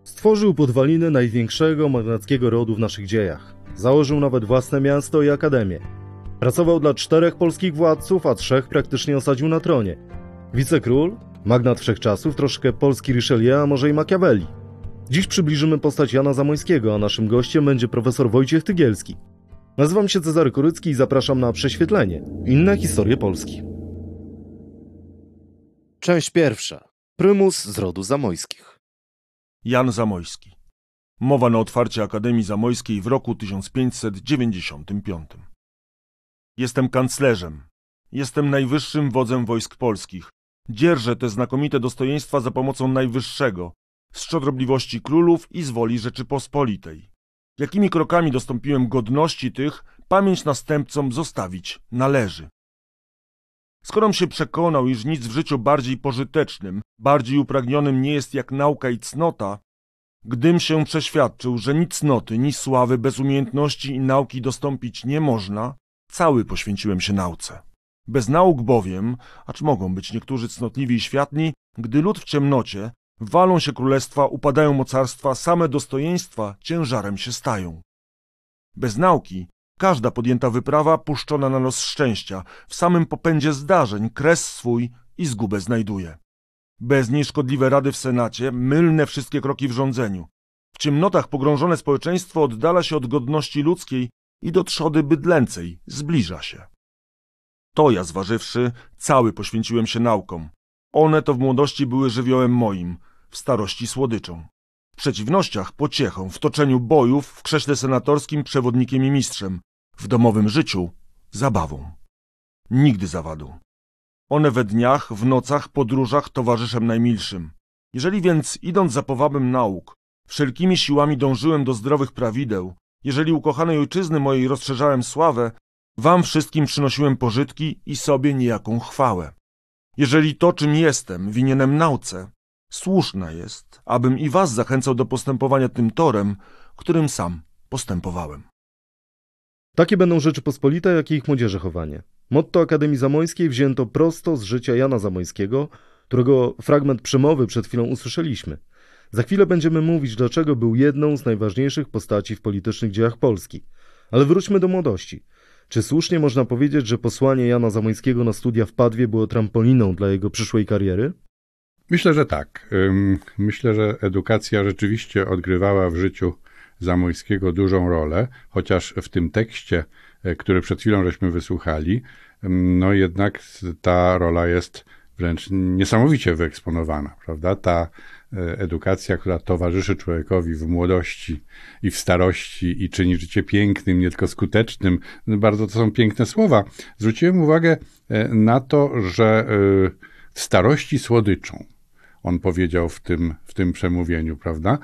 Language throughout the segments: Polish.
Stworzył podwaliny największego magnackiego rodu w naszych dziejach. Założył nawet własne miasto i akademię. Pracował dla 4 polskich władców, a 3 praktycznie osadził na tronie. Wicekról, magnat wszechczasów, troszkę polski Richelieu, a może i Machiavelli. Dziś przybliżymy postać Jana Zamoyskiego, a naszym gościem będzie profesor Wojciech Tygielski. Nazywam się Cezary Korycki i zapraszam na prześwietlenie. Inne historie Polski. Część pierwsza. Prymus z rodu Zamoyskich. Jan Zamoyski. Mowa na otwarcie Akademii Zamojskiej w roku 1595. Jestem kanclerzem. Jestem najwyższym wodzem wojsk polskich. Dzierżę te znakomite dostojeństwa za pomocą najwyższego, z szczodrobliwości królów i z woli Rzeczypospolitej. Jakimi krokami dostąpiłem godności tych, pamięć następcom zostawić należy. Skorom się przekonał, iż nic w życiu bardziej pożytecznym, bardziej upragnionym nie jest jak nauka i cnota, gdym się przeświadczył, że ni cnoty, ni sławy bez umiejętności i nauki dostąpić nie można, cały poświęciłem się nauce. Bez nauk bowiem, acz mogą być niektórzy cnotliwi i światni, gdy lud w ciemnocie, walą się królestwa, upadają mocarstwa, same dostojeństwa ciężarem się stają. Bez nauki każda podjęta wyprawa puszczona na los szczęścia, w samym popędzie zdarzeń kres swój i zgubę znajduje. Bez niej szkodliwe rady w senacie, mylne wszystkie kroki w rządzeniu. W ciemnotach pogrążone społeczeństwo oddala się od godności ludzkiej i do trzody bydlęcej zbliża się. To ja zważywszy, cały poświęciłem się naukom. One to w młodości były żywiołem moim, w starości słodyczą. W przeciwnościach pociechą, w toczeniu bojów, w krześle senatorskim przewodnikiem i mistrzem, w domowym życiu zabawą. Nigdy zawadą. One we dniach, w nocach, podróżach towarzyszem najmilszym. Jeżeli więc, idąc za powabem nauk, wszelkimi siłami dążyłem do zdrowych prawideł, jeżeli ukochanej ojczyzny mojej rozszerzałem sławę, wam wszystkim przynosiłem pożytki i sobie niejaką chwałę. Jeżeli to, czym jestem, winienem nauce, słuszna jest, abym i was zachęcał do postępowania tym torem, którym sam postępowałem. Takie będą Rzeczypospolite, jak i ich młodzieżochowanie. Motto Akademii Zamojskiej wzięto prosto z życia Jana Zamoyskiego, którego fragment przemowy przed chwilą usłyszeliśmy. Za chwilę będziemy mówić, dlaczego był jedną z najważniejszych postaci w politycznych dziejach Polski. Ale wróćmy do młodości. Czy słusznie można powiedzieć, że posłanie Jana Zamoyskiego na studia w Padwie było trampoliną dla jego przyszłej kariery? Myślę, że tak. Myślę, że edukacja rzeczywiście odgrywała w życiu Zamoyskiego dużą rolę, chociaż w tym tekście, który przed chwilą żeśmy wysłuchali, no jednak ta rola jest wręcz niesamowicie wyeksponowana, prawda? Ta edukacja, która towarzyszy człowiekowi w młodości i w starości i czyni życie pięknym, nie tylko skutecznym. Bardzo to są piękne słowa. Zwróciłem uwagę na to, że w starości słodyczą. On powiedział w tym przemówieniu, prawda?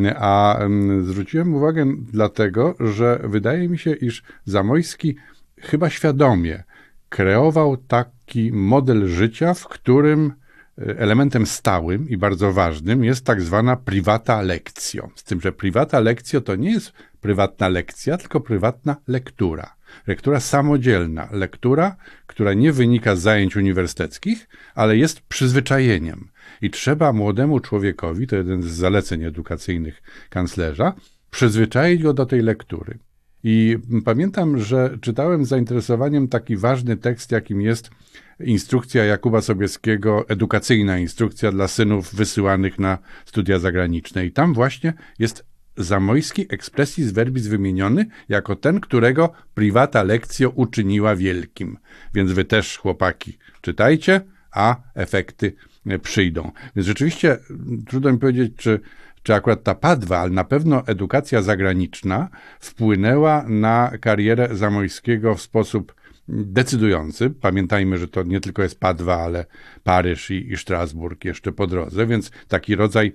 A zwróciłem uwagę dlatego, że wydaje mi się, iż Zamoyski chyba świadomie kreował taki model życia, w którym elementem stałym i bardzo ważnym jest tak zwana privata lectio. Z tym, że privata lectio to nie jest prywatna lekcja, tylko prywatna lektura. Lektura samodzielna, lektura, która nie wynika z zajęć uniwersyteckich, ale jest przyzwyczajeniem. I trzeba młodemu człowiekowi, to jeden z zaleceń edukacyjnych kanclerza, przyzwyczaić go do tej lektury. I pamiętam, że czytałem z zainteresowaniem taki ważny tekst, jakim jest instrukcja Jakuba Sobieskiego, edukacyjna instrukcja dla synów wysyłanych na studia zagraniczne. I tam właśnie jest Zamoyski expressis verbis wymieniony jako ten, którego privata lectio uczyniła wielkim. Więc wy też, chłopaki, czytajcie, a efekty przyjdą. Więc rzeczywiście trudno mi powiedzieć, czy akurat ta Padwa, ale na pewno edukacja zagraniczna wpłynęła na karierę Zamoyskiego w sposób decydujący. Pamiętajmy, że to nie tylko jest Padwa, ale Paryż i Strasburg jeszcze po drodze, więc taki rodzaj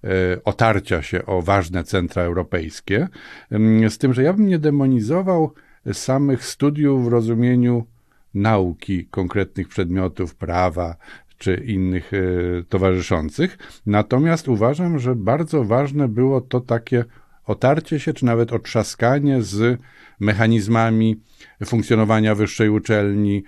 otarcia się o ważne centra europejskie. Z tym, że ja bym nie demonizował samych studiów w rozumieniu nauki konkretnych przedmiotów, prawa czy innych towarzyszących. Natomiast uważam, że bardzo ważne było to takie otarcie się, czy nawet otrzaskanie z mechanizmami funkcjonowania wyższej uczelni,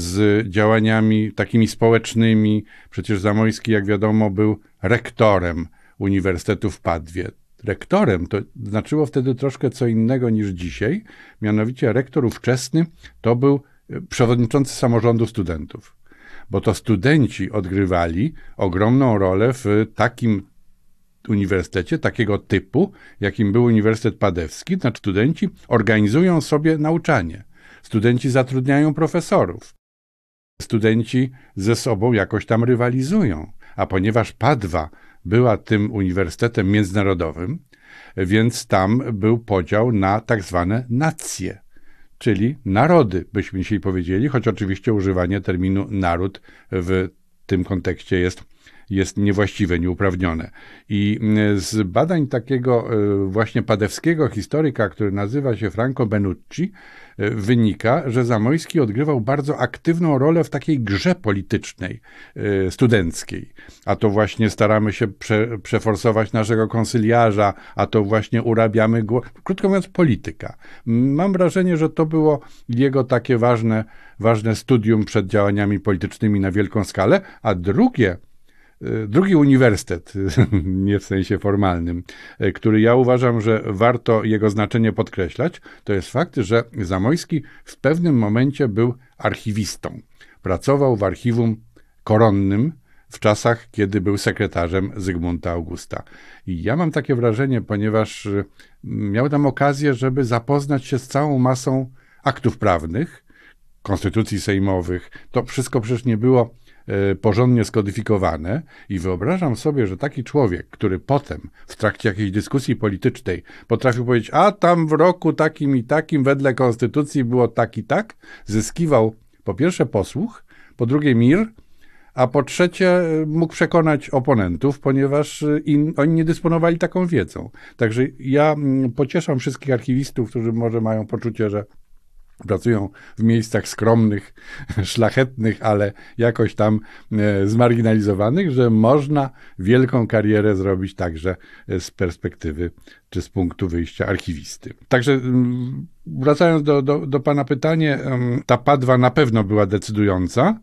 z działaniami takimi społecznymi. Przecież Zamoyski, jak wiadomo, był rektorem Uniwersytetu w Padwie. Rektorem to znaczyło wtedy troszkę co innego niż dzisiaj, mianowicie rektor ówczesny to był przewodniczący samorządu studentów, bo to studenci odgrywali ogromną rolę w takim uniwersytecie, takiego typu, jakim był Uniwersytet Padewski. Znaczy studenci organizują sobie nauczanie, studenci zatrudniają profesorów, studenci ze sobą jakoś tam rywalizują, a ponieważ Padwa była tym uniwersytetem międzynarodowym, więc tam był podział na tak zwane nacje, czyli narody, byśmy dzisiaj powiedzieli, choć oczywiście używanie terminu naród w tym kontekście jest niewłaściwe, nieuprawnione. I z badań takiego właśnie padewskiego historyka, który nazywa się Franco Benucci, wynika, że Zamoyski odgrywał bardzo aktywną rolę w takiej grze politycznej, studenckiej. A to właśnie staramy się przeforsować naszego konsyliarza, a to właśnie urabiamy krótko mówiąc, polityka. Mam wrażenie, że to było jego takie ważne studium przed działaniami politycznymi na wielką skalę, a drugi uniwersytet, nie w sensie formalnym, który ja uważam, że warto jego znaczenie podkreślać, to jest fakt, że Zamoyski w pewnym momencie był archiwistą. Pracował w archiwum koronnym w czasach, kiedy był sekretarzem Zygmunta Augusta. I ja mam takie wrażenie, ponieważ miał tam okazję, żeby zapoznać się z całą masą aktów prawnych, konstytucji sejmowych. To wszystko przecież nie było porządnie skodyfikowane i wyobrażam sobie, że taki człowiek, który potem w trakcie jakiejś dyskusji politycznej potrafił powiedzieć, a tam w roku takim i takim wedle konstytucji było tak i tak, zyskiwał po pierwsze posłuch, po drugie mir, a po trzecie mógł przekonać oponentów, ponieważ oni nie dysponowali taką wiedzą. Także ja pocieszam wszystkich archiwistów, którzy może mają poczucie, że pracują w miejscach skromnych, szlachetnych, ale jakoś tam zmarginalizowanych, że można wielką karierę zrobić także z perspektywy czy z punktu wyjścia archiwisty. Także wracając do pana pytania, ta Padwa na pewno była decydująca,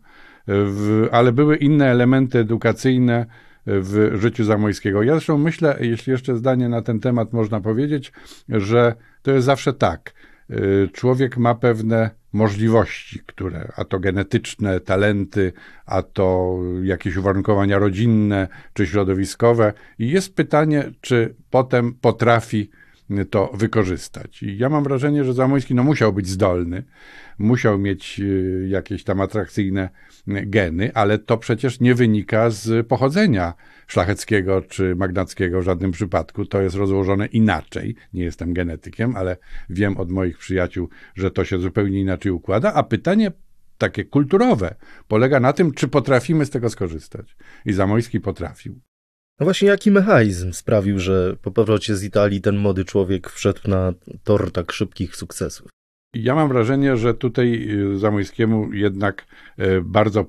ale były inne elementy edukacyjne w życiu Zamoyskiego. Ja zresztą myślę, jeśli jeszcze zdanie na ten temat można powiedzieć, że to jest zawsze tak. Człowiek ma pewne możliwości, a to genetyczne, talenty, a to jakieś uwarunkowania rodzinne czy środowiskowe i jest pytanie, czy potem potrafi to wykorzystać. I ja mam wrażenie, że Zamoyski musiał być zdolny, musiał mieć jakieś tam atrakcyjne geny, ale to przecież nie wynika z pochodzenia szlacheckiego czy magnackiego w żadnym przypadku. To jest rozłożone inaczej. Nie jestem genetykiem, ale wiem od moich przyjaciół, że to się zupełnie inaczej układa, a pytanie takie kulturowe polega na tym, czy potrafimy z tego skorzystać. I Zamoyski potrafił. No właśnie, jaki mechanizm sprawił, że po powrocie z Italii ten młody człowiek wszedł na tor tak szybkich sukcesów? Ja mam wrażenie, że tutaj Zamoyskiemu jednak bardzo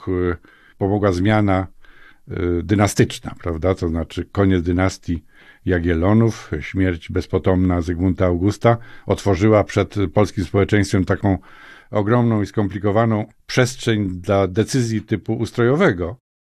pomogła zmiana dynastyczna, prawda? To znaczy koniec dynastii Jagiellonów, śmierć bezpotomna Zygmunta Augusta otworzyła przed polskim społeczeństwem taką ogromną i skomplikowaną przestrzeń dla decyzji typu ustrojowego.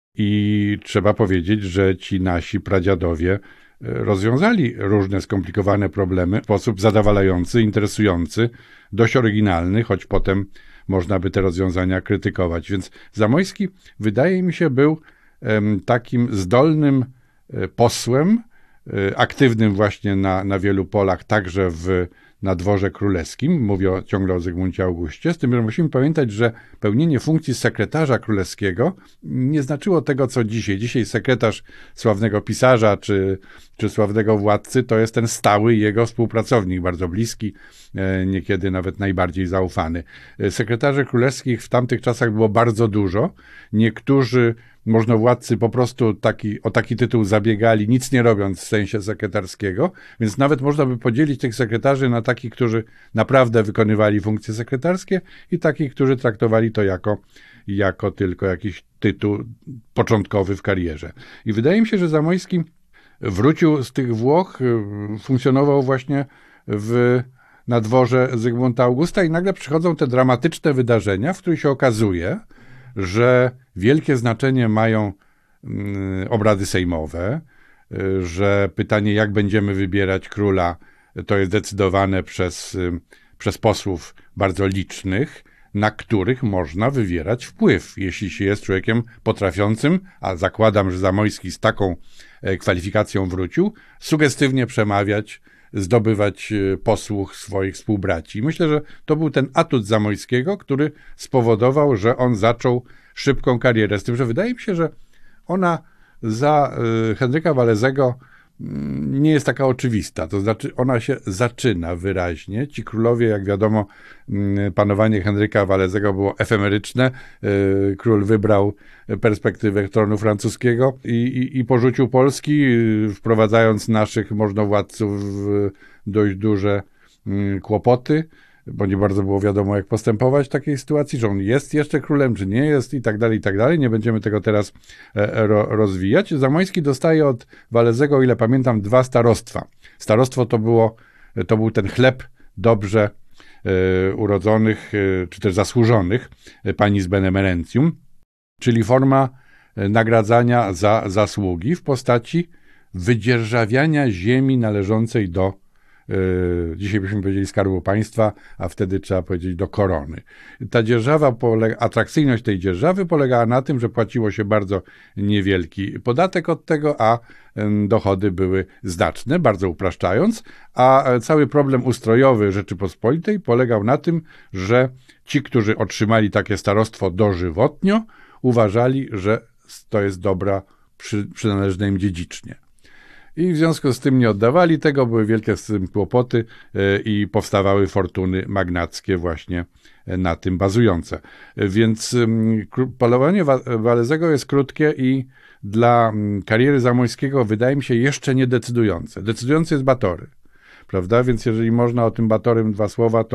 I trzeba powiedzieć, że ci nasi pradziadowie rozwiązali różne skomplikowane problemy w sposób zadowalający, interesujący, dość oryginalny, choć potem można by te rozwiązania krytykować. Więc Zamoyski, wydaje mi się, był takim zdolnym posłem, aktywnym właśnie na wielu polach, także na dworze królewskim. Mówię ciągle o Zygmuncie Augustie, z tym, że musimy pamiętać, że pełnienie funkcji sekretarza królewskiego nie znaczyło tego, co dzisiaj. Dzisiaj sekretarz sławnego pisarza czy sławnego władcy to jest ten stały jego współpracownik, bardzo bliski, niekiedy nawet najbardziej zaufany. Sekretarzy królewskich w tamtych czasach było bardzo dużo. Niektórzy możnowładcy po prostu o taki tytuł zabiegali, nic nie robiąc w sensie sekretarskiego, więc nawet można by podzielić tych sekretarzy na takich, którzy naprawdę wykonywali funkcje sekretarskie i takich, którzy traktowali to jako tylko jakiś tytuł początkowy w karierze. I wydaje mi się, że Zamoyski wrócił z tych Włoch, funkcjonował właśnie na dworze Zygmunta Augusta i nagle przychodzą te dramatyczne wydarzenia, w których się okazuje, że wielkie znaczenie mają obrady sejmowe, że pytanie, jak będziemy wybierać króla, to jest decydowane przez posłów bardzo licznych, na których można wywierać wpływ, jeśli się jest człowiekiem potrafiącym, a zakładam, że Zamoyski z taką kwalifikacją wrócił, sugestywnie przemawiać, zdobywać posłuch swoich współbraci. Myślę, że to był ten atut Zamoyskiego, który spowodował, że on zaczął szybką karierę. Z tym, że wydaje mi się, że ona za Henryka Walezego nie jest taka oczywista. To znaczy ona się zaczyna wyraźnie. Ci królowie, jak wiadomo, panowanie Henryka Walezego było efemeryczne. Król wybrał perspektywę tronu francuskiego i porzucił Polski, wprowadzając naszych możnowładców w dość duże kłopoty, bo nie bardzo było wiadomo, jak postępować w takiej sytuacji, że on jest jeszcze królem, czy nie jest i tak dalej, i tak dalej. Nie będziemy tego teraz rozwijać. Zamoyski dostaje od Walezego, o ile pamiętam, 2 starostwa. Starostwo to był ten chleb dobrze urodzonych, czy też zasłużonych pani z benemerentium, czyli forma nagradzania za zasługi w postaci wydzierżawiania ziemi należącej do dzisiaj byśmy powiedzieli Skarbu Państwa, a wtedy trzeba powiedzieć do korony. Ta dzierżawa, atrakcyjność tej dzierżawy polegała na tym, że płaciło się bardzo niewielki podatek od tego, a dochody były znaczne, bardzo upraszczając, a cały problem ustrojowy Rzeczypospolitej polegał na tym, że ci, którzy otrzymali takie starostwo dożywotnio, uważali, że to jest dobra przynależne im dziedzicznie. I w związku z tym nie oddawali tego, były wielkie z tym kłopoty i powstawały fortuny magnackie właśnie na tym bazujące. Więc polowanie Walezego jest krótkie i dla kariery Zamoyskiego wydaje mi się jeszcze nie decydujące. Decydujący jest Batory, prawda? Więc jeżeli można o tym Batorym 2 słowa,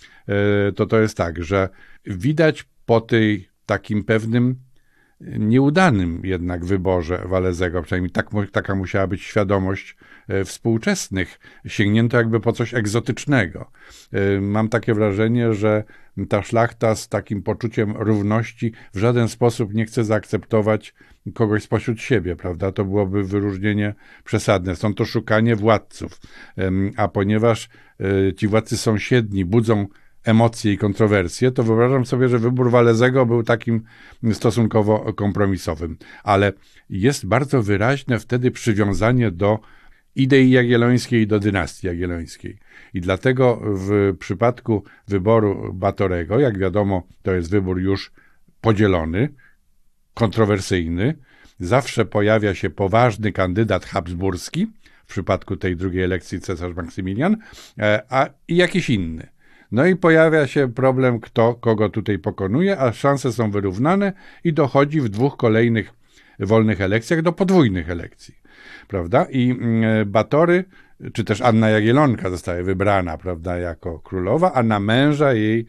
to jest tak, że widać po tej takim pewnym nieudanym jednak wyborze Walezego, przynajmniej taka musiała być świadomość współczesnych, sięgnięto jakby po coś egzotycznego. Mam takie wrażenie, że ta szlachta z takim poczuciem równości w żaden sposób nie chce zaakceptować kogoś spośród siebie, prawda? To byłoby wyróżnienie przesadne. Stąd to szukanie władców. A ponieważ ci władcy sąsiedni budzą emocje i kontrowersje, to wyobrażam sobie, że wybór Walezego był takim stosunkowo kompromisowym. Ale jest bardzo wyraźne wtedy przywiązanie do idei jagiellońskiej i do dynastii jagiellońskiej. I dlatego w przypadku wyboru Batorego, jak wiadomo, to jest wybór już podzielony, kontrowersyjny, zawsze pojawia się poważny kandydat habsburski, w przypadku tej drugiej elekcji cesarz Maksymilian, i jakiś inny. No i pojawia się problem, kto kogo tutaj pokonuje, a szanse są wyrównane i dochodzi w 2 kolejnych wolnych elekcjach do podwójnych elekcji, prawda? I Batory, czy też Anna Jagiellonka zostaje wybrana, prawda, jako królowa, a na męża jej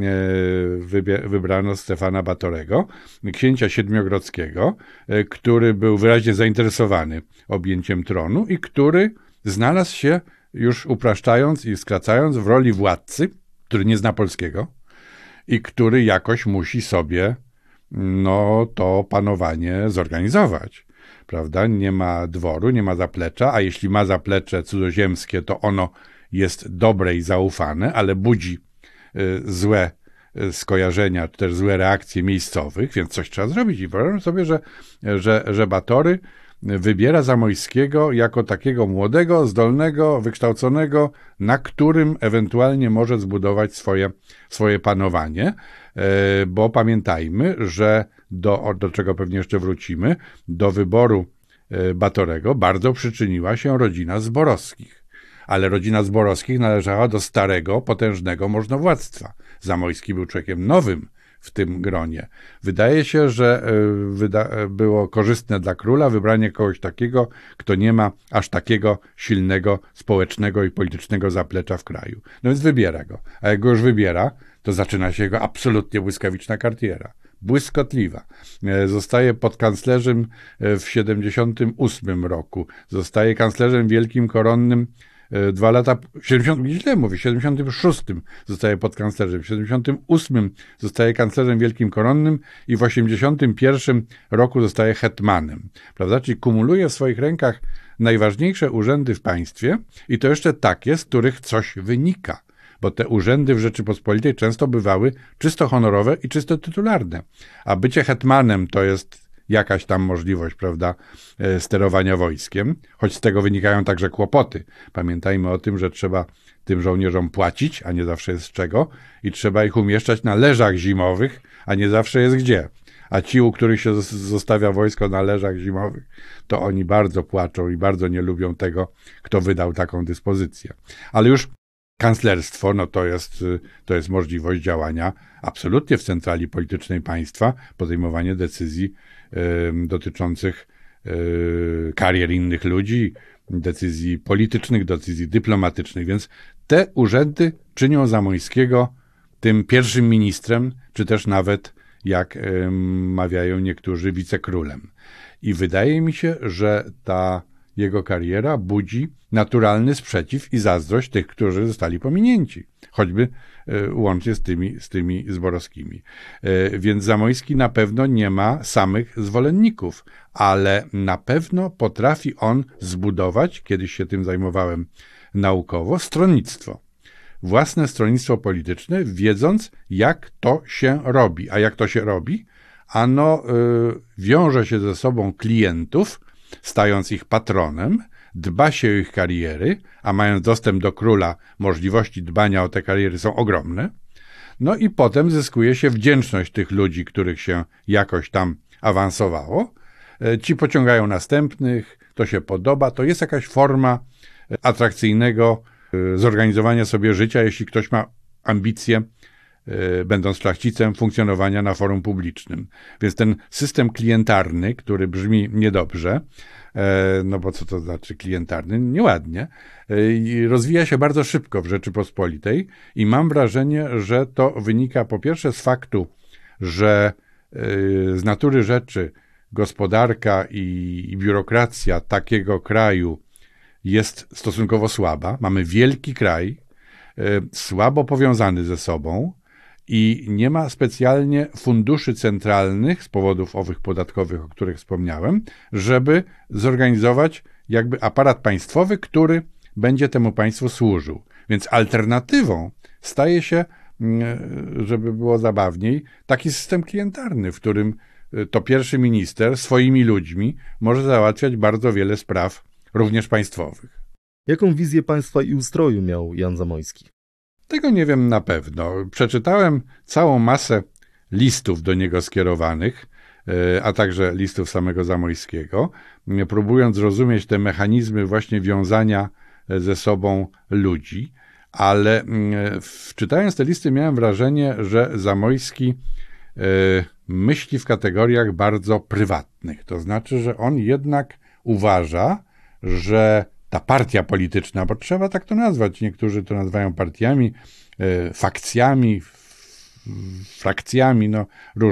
wybrano Stefana Batorego, księcia siedmiogrodzkiego, który był wyraźnie zainteresowany objęciem tronu i który znalazł się, już upraszczając i skracając, w roli władcy, który nie zna polskiego i który jakoś musi sobie to panowanie zorganizować, prawda? Nie ma dworu, nie ma zaplecza, a jeśli ma zaplecze cudzoziemskie, to ono jest dobre i zaufane, ale budzi złe skojarzenia, czy też złe reakcje miejscowych, więc coś trzeba zrobić. I wyobrażam sobie, że Batory wybiera Zamoyskiego jako takiego młodego, zdolnego, wykształconego, na którym ewentualnie może zbudować swoje panowanie, bo pamiętajmy, że do czego pewnie jeszcze wrócimy, do wyboru Batorego bardzo przyczyniła się rodzina Zborowskich. Ale rodzina Zborowskich należała do starego, potężnego możnowładztwa. Zamoyski był człowiekiem nowym w tym gronie. Wydaje się, że było korzystne dla króla wybranie kogoś takiego, kto nie ma aż takiego silnego społecznego i politycznego zaplecza w kraju. No więc wybiera go. A jak go już wybiera, to zaczyna się jego absolutnie błyskawiczna kariera. Błyskotliwa. Zostaje podkanclerzem w 78 roku. Zostaje kanclerzem wielkim koronnym 2 lata, w 76 zostaje podkanclerzem, w 78 zostaje kanclerzem wielkim koronnym i w 81 roku zostaje hetmanem, prawda? Czyli kumuluje w swoich rękach najważniejsze urzędy w państwie i to jeszcze takie, z których coś wynika. Bo te urzędy w Rzeczypospolitej często bywały czysto honorowe i czysto tytularne. A bycie hetmanem to jest jakaś tam możliwość, prawda, sterowania wojskiem, choć z tego wynikają także kłopoty. Pamiętajmy o tym, że trzeba tym żołnierzom płacić, a nie zawsze jest z czego, i trzeba ich umieszczać na leżach zimowych, a nie zawsze jest gdzie. A ci, u których się zostawia wojsko na leżach zimowych, to oni bardzo płaczą i bardzo nie lubią tego, kto wydał taką dyspozycję. Ale już kanclerstwo, no to jest możliwość działania absolutnie w centrali politycznej państwa, podejmowanie decyzji dotyczących karier innych ludzi, decyzji politycznych, decyzji dyplomatycznych, więc te urzędy czynią Zamoyskiego tym pierwszym ministrem, czy też nawet, jak mawiają niektórzy, wicekrólem. I wydaje mi się, że ta jego kariera budzi naturalny sprzeciw i zazdrość tych, którzy zostali pominięci, choćby łącznie z tymi zborowskimi. Więc Zamoyski na pewno nie ma samych zwolenników, ale na pewno potrafi on zbudować, kiedyś się tym zajmowałem naukowo, stronnictwo. Własne stronnictwo polityczne, wiedząc, jak to się robi. A jak to się robi? Ano wiąże się ze sobą klientów, stając ich patronem, dba się o ich kariery, a mając dostęp do króla, możliwości dbania o te kariery są ogromne. No i potem zyskuje się wdzięczność tych ludzi, których się jakoś tam awansowało. Ci pociągają następnych, to się podoba, to jest jakaś forma atrakcyjnego zorganizowania sobie życia, jeśli ktoś ma ambicje, będąc szlachcicem, funkcjonowania na forum publicznym. Więc ten system klientarny, który brzmi niedobrze, no bo co to znaczy klientarny? Nieładnie. Rozwija się bardzo szybko w Rzeczypospolitej i mam wrażenie, że to wynika po pierwsze z faktu, że z natury rzeczy gospodarka i biurokracja takiego kraju jest stosunkowo słaba. Mamy wielki kraj, słabo powiązany ze sobą i nie ma specjalnie funduszy centralnych z powodów owych podatkowych, o których wspomniałem, żeby zorganizować jakby aparat państwowy, który będzie temu państwu służył. Więc alternatywą staje się, żeby było zabawniej, taki system klientarny, w którym to pierwszy minister swoimi ludźmi może załatwiać bardzo wiele spraw, również państwowych. Jaką wizję państwa i ustroju miał Jan Zamoyski? Tego nie wiem na pewno. Przeczytałem całą masę listów do niego skierowanych, a także listów samego Zamoyskiego, próbując zrozumieć te mechanizmy właśnie wiązania ze sobą ludzi, ale czytając te listy miałem wrażenie, że Zamoyski myśli w kategoriach bardzo prywatnych. To znaczy, że on jednak uważa, że ta partia polityczna, bo trzeba tak to nazwać, niektórzy to nazywają partiami, fakcjami, frakcjami, no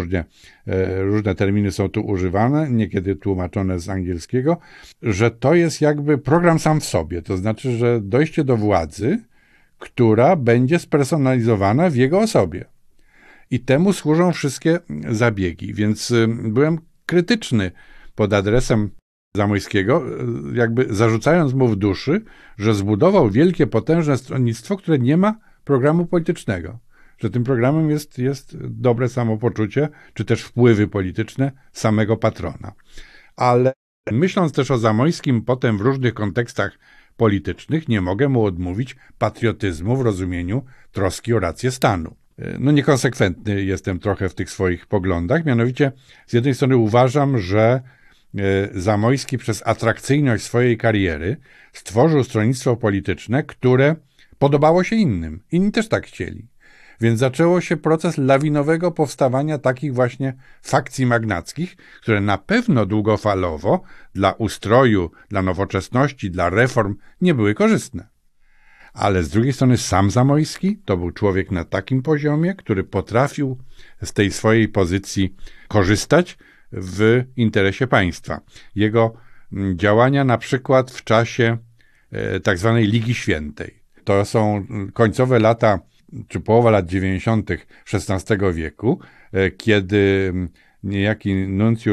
różne terminy są tu używane, niekiedy tłumaczone z angielskiego, że to jest jakby program sam w sobie, to znaczy, że dojście do władzy, która będzie spersonalizowana w jego osobie. I temu służą wszystkie zabiegi, więc byłem krytyczny pod adresem Zamoyskiego, jakby zarzucając mu w duszy, że zbudował wielkie, potężne stronnictwo, które nie ma programu politycznego. Że tym programem jest dobre samopoczucie, czy też wpływy polityczne samego patrona. Ale myśląc też o Zamoyskim potem w różnych kontekstach politycznych, nie mogę mu odmówić patriotyzmu w rozumieniu troski o rację stanu. No niekonsekwentny jestem trochę w tych swoich poglądach, mianowicie z jednej strony uważam, że Zamoyski przez atrakcyjność swojej kariery stworzył stronnictwo polityczne, które podobało się innym. Inni też tak chcieli. Więc zaczęło się proces lawinowego powstawania takich właśnie fakcji magnackich, które na pewno długofalowo dla ustroju, dla nowoczesności, dla reform nie były korzystne. Ale z drugiej strony sam Zamoyski to był człowiek na takim poziomie, który potrafił z tej swojej pozycji korzystać w interesie państwa. Jego działania na przykład w czasie tak zwanej Ligi Świętej. To są końcowe lata, czy połowa lat 90. XVI wieku, kiedy niejaki nuncjusz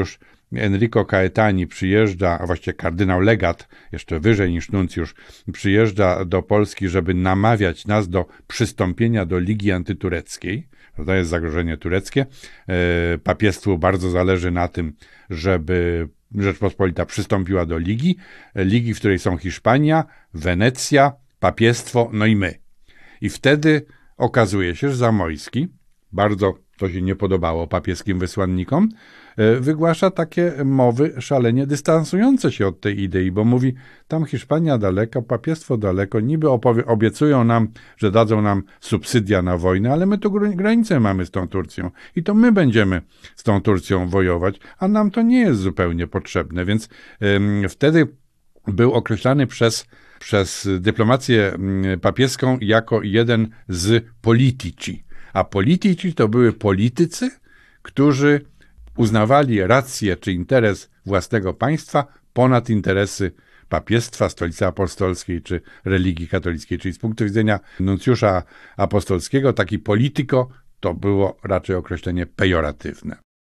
Enrico Caetani przyjeżdża, a właściwie kardynał legat, jeszcze wyżej niż nuncjusz, przyjeżdża do Polski, żeby namawiać nas do przystąpienia do Ligi Antytureckiej. To jest zagrożenie tureckie. Papiestwu bardzo zależy na tym, żeby Rzeczpospolita przystąpiła do Ligi, w której są Hiszpania, Wenecja, papiestwo, no i my. I wtedy okazuje się, że Zamoyski, bardzo to się nie podobało papieskim wysłannikom, wygłasza takie mowy szalenie dystansujące się od tej idei, bo mówi, tam Hiszpania daleko, papiestwo daleko, niby obiecują nam, że dadzą nam subsydia na wojnę, ale my tu granicę mamy z tą Turcją i to my będziemy z tą Turcją wojować, a nam to nie jest zupełnie potrzebne, więc wtedy był określany przez dyplomację papieską jako jeden z politici. A politici to były politycy, którzy uznawali rację czy interes własnego państwa ponad interesy papiestwa, stolicy apostolskiej czy religii katolickiej. Czyli z punktu widzenia nuncjusza apostolskiego taki polityko to było raczej określenie pejoratywne.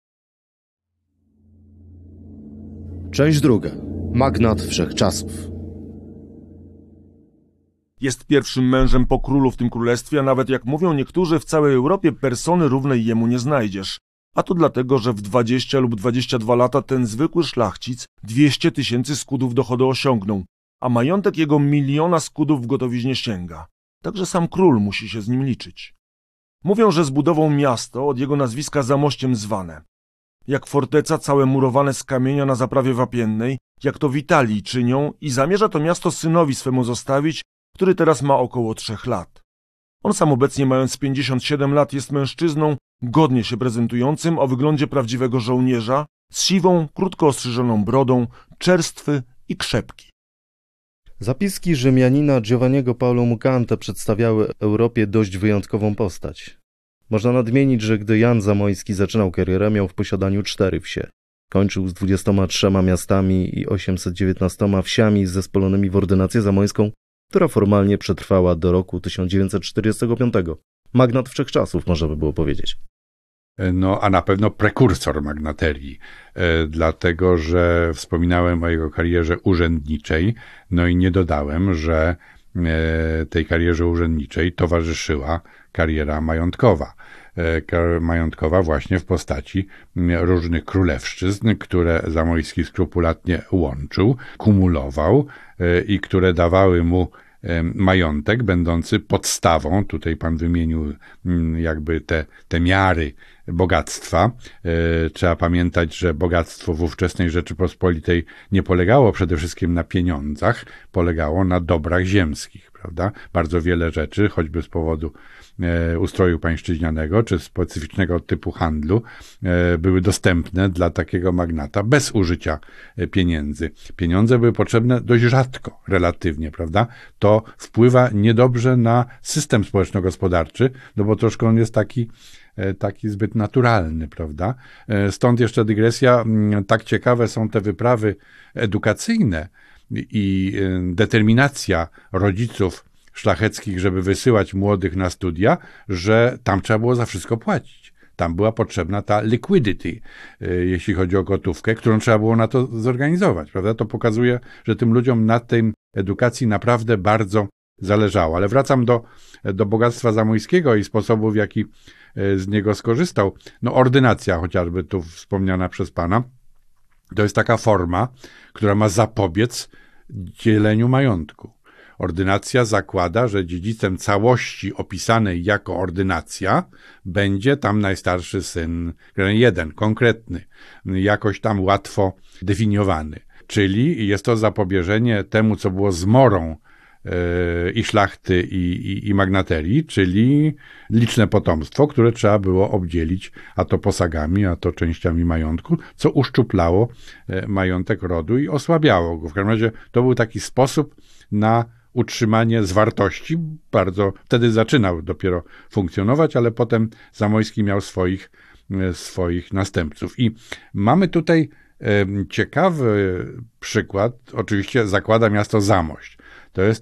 Część druga. Magnat wszechczasów. Jest pierwszym mężem po królu w tym królestwie, a nawet jak mówią niektórzy, w całej Europie persony równej jemu nie znajdziesz. A to dlatego, że w 20 lub 22 lata ten zwykły szlachcic 200 000 skudów dochodu osiągnął, a majątek jego 1 000 000 skudów w gotowiźnie sięga. Także sam król musi się z nim liczyć. Mówią, że zbudował miasto od jego nazwiska Zamościem zwane. Jak forteca całe murowane z kamienia na zaprawie wapiennej, jak to w Italii czynią i zamierza to miasto synowi swemu zostawić, który teraz ma około 3 lat. On sam obecnie mając 57 lat jest mężczyzną, godnie się prezentującym o wyglądzie prawdziwego żołnierza, z siwą, krótko ostrzyżoną brodą, czerstwy i krzepki. Zapiski Rzymianina Giovanniego Paolo Mukante przedstawiały Europie dość wyjątkową postać. Można nadmienić, że gdy Jan Zamoyski zaczynał karierę, miał w posiadaniu 4 wsie. Kończył z 23 miastami i 819 wsiami zespolonymi w ordynację zamojską, która formalnie przetrwała do roku 1945. Magnat wszechczasów, można by było powiedzieć. No, a na pewno prekursor magnaterii, dlatego, że wspominałem o jego karierze urzędniczej, no i nie dodałem, że tej karierze urzędniczej towarzyszyła kariera majątkowa. Majątkowa właśnie w postaci różnych królewszczyzn, które Zamoyski skrupulatnie łączył, kumulował i które dawały mu majątek będący podstawą, tutaj pan wymienił jakby te miary bogactwa. Trzeba pamiętać, że bogactwo w ówczesnej Rzeczypospolitej nie polegało przede wszystkim na pieniądzach, polegało na dobrach ziemskich, prawda? Bardzo wiele rzeczy, choćby z powodu ustroju pańszczyźnianego czy specyficznego typu handlu były dostępne dla takiego magnata bez użycia pieniędzy. Pieniądze były potrzebne dość rzadko, relatywnie, prawda? To wpływa niedobrze na system społeczno-gospodarczy, no bo troszkę on jest taki zbyt naturalny, prawda? Stąd jeszcze dygresja, tak ciekawe są te wyprawy edukacyjne i determinacja rodziców szlacheckich, żeby wysyłać młodych na studia, że tam trzeba było za wszystko płacić. Tam była potrzebna ta liquidity, jeśli chodzi o gotówkę, którą trzeba było na to zorganizować, prawda? To pokazuje, że tym ludziom na tej edukacji naprawdę bardzo zależało. Ale wracam do bogactwa Zamoyskiego i sposobu, w jaki z niego skorzystał. No, ordynacja chociażby tu wspomniana przez pana, to jest taka forma, która ma zapobiec dzieleniu majątku. Ordynacja zakłada, że dziedzicem całości opisanej jako ordynacja będzie tam najstarszy syn, jeden, konkretny, jakoś tam łatwo definiowany. Czyli jest to zapobieżenie temu, co było zmorą i szlachty, i magnaterii, czyli liczne potomstwo, które trzeba było obdzielić, a to posagami, a to częściami majątku, co uszczuplało majątek rodu i osłabiało go. W każdym razie to był taki sposób na utrzymanie zwartości. Bardzo wtedy zaczynał dopiero funkcjonować, ale potem Zamoyski miał swoich następców. I mamy tutaj ciekawy przykład. Oczywiście zakłada miasto Zamość. To jest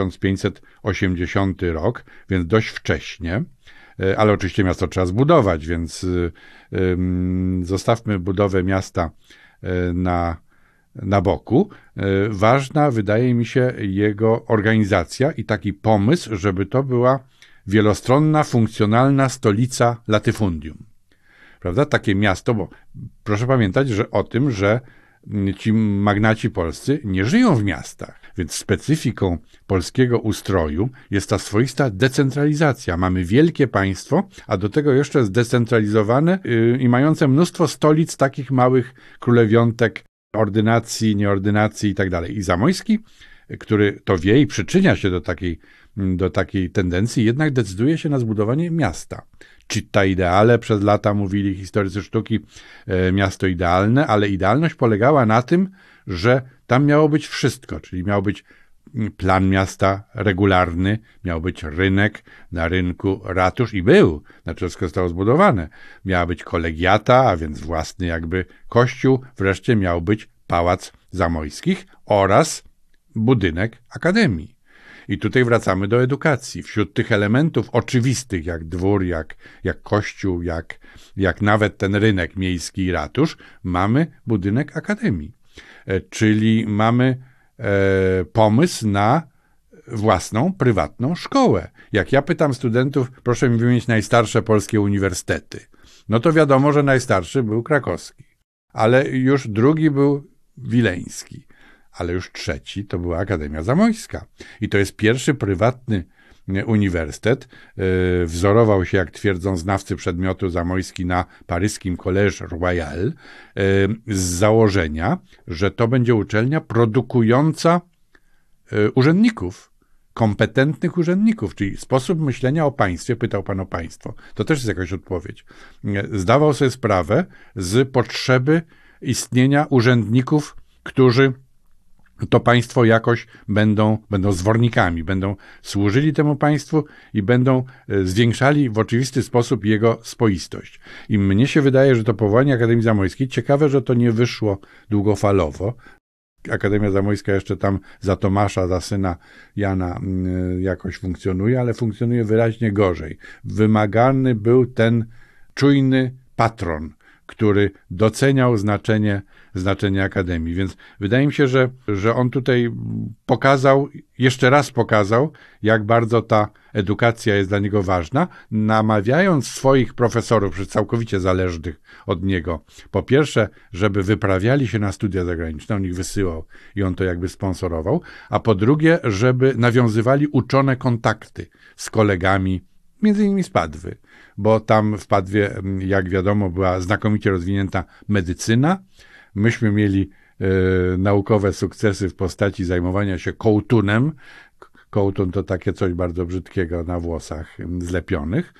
1580 rok, więc dość wcześnie, ale oczywiście miasto trzeba zbudować, więc zostawmy budowę miasta na boku. Ważna wydaje mi się jego organizacja i taki pomysł, żeby to była wielostronna, funkcjonalna stolica latyfundium. Prawda? Takie miasto, bo proszę pamiętać, że ci magnaci polscy nie żyją w miastach, więc specyfiką polskiego ustroju jest ta swoista decentralizacja. Mamy wielkie państwo, a do tego jeszcze zdecentralizowane i mające mnóstwo stolic, takich małych królewiątek, ordynacji, nieordynacji i tak dalej. I Zamoyski, który to wie i przyczynia się do takiej tendencji, jednak decyduje się na zbudowanie miasta. Città ideale, przez lata mówili historycy sztuki, miasto idealne, ale idealność polegała na tym, że tam miało być wszystko, czyli miał być plan miasta regularny, miał być rynek, na rynku ratusz i był, znaczy wszystko zostało zbudowane. Miała być kolegiata, a więc własny jakby kościół, wreszcie miał być pałac Zamoyskich oraz budynek akademii. I tutaj wracamy do edukacji. Wśród tych elementów oczywistych, jak dwór, jak kościół, jak nawet ten rynek miejski i ratusz, mamy budynek akademii. Czyli mamy pomysł na własną, prywatną szkołę. Jak ja pytam studentów, proszę mi wymienić najstarsze polskie uniwersytety, no to wiadomo, że najstarszy był krakowski, ale już drugi był wileński, ale już trzeci to była Akademia Zamojska. I to jest pierwszy prywatny uniwersytet. Wzorował się, jak twierdzą znawcy przedmiotu Zamoyski, na paryskim Collège Royal z założenia, że to będzie uczelnia produkująca urzędników, kompetentnych urzędników, czyli sposób myślenia o państwie, pytał pan o państwo, to też jest jakaś odpowiedź. Zdawał sobie sprawę z potrzeby istnienia urzędników, którzy to państwo jakoś będą zwornikami, będą służyli temu państwu i będą zwiększali w oczywisty sposób jego spoistość. I mnie się wydaje, że to powołanie Akademii Zamojskiej, ciekawe, że to nie wyszło długofalowo. Akademia Zamojska jeszcze tam za Tomasza, za syna Jana jakoś funkcjonuje, ale funkcjonuje wyraźnie gorzej. Wymagany był ten czujny patron, który doceniał znaczenie Akademii. Więc wydaje mi się, że on tutaj jeszcze raz pokazał, jak bardzo ta edukacja jest dla niego ważna, namawiając swoich profesorów, całkowicie zależnych od niego, po pierwsze, żeby wyprawiali się na studia zagraniczne, on ich wysyłał i on to jakby sponsorował, a po drugie, żeby nawiązywali uczone kontakty z kolegami, między innymi z Padwy, bo tam w Padwie, jak wiadomo, była znakomicie rozwinięta medycyna. Myśmy mieli naukowe sukcesy w postaci zajmowania się kołtunem. Kołtun to takie coś bardzo brzydkiego na włosach zlepionych.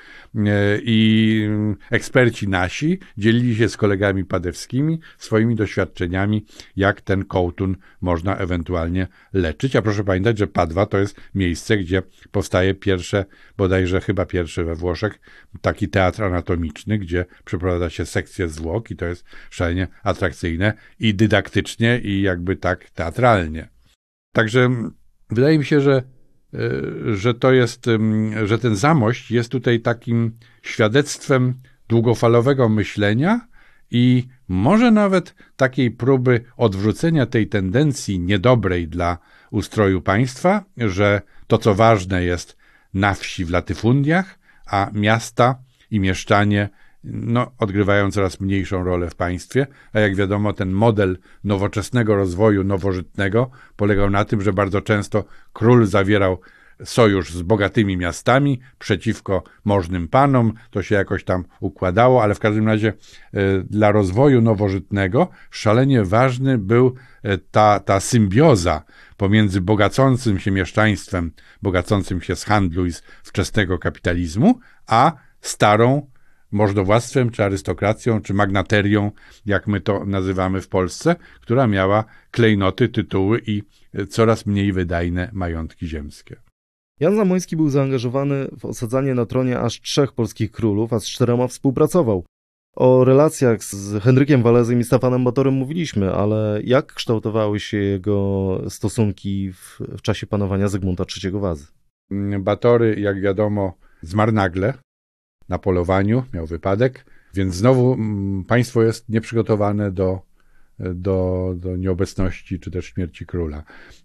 I eksperci nasi dzielili się z kolegami padewskimi swoimi doświadczeniami, jak ten kołtun można ewentualnie leczyć. A proszę pamiętać, że Padwa to jest miejsce, gdzie powstaje bodajże chyba pierwszy we Włoszech, taki teatr anatomiczny, gdzie przeprowadza się sekcję zwłok i to jest szalenie atrakcyjne i dydaktycznie, i jakby tak teatralnie. Także wydaje mi się, że to jest, że ten Zamość jest tutaj takim świadectwem długofalowego myślenia i może nawet takiej próby odwrócenia tej tendencji niedobrej dla ustroju państwa, że to, co ważne, jest na wsi w latyfundiach, a miasta i mieszczanie odgrywają coraz mniejszą rolę w państwie, a jak wiadomo, ten model nowoczesnego rozwoju, nowożytnego polegał na tym, że bardzo często król zawierał sojusz z bogatymi miastami przeciwko możnym panom, to się jakoś tam układało, ale w każdym razie dla rozwoju nowożytnego szalenie ważny był ta symbioza pomiędzy bogacącym się mieszczaństwem, bogacącym się z handlu i z wczesnego kapitalizmu, a starą możdżowładztwem, czy arystokracją, czy magnaterią, jak my to nazywamy w Polsce, która miała klejnoty, tytuły i coraz mniej wydajne majątki ziemskie. Jan Zamoyski był zaangażowany w osadzanie na tronie aż 3 polskich królów, a z 4 współpracował. O relacjach z Henrykiem Walezem i Stefanem Batorym mówiliśmy, ale jak kształtowały się jego stosunki w czasie panowania Zygmunta III Wazy? Batory, jak wiadomo, zmarł nagle na polowaniu, miał wypadek, więc znowu państwo jest nieprzygotowane do nieobecności czy też śmierci króla.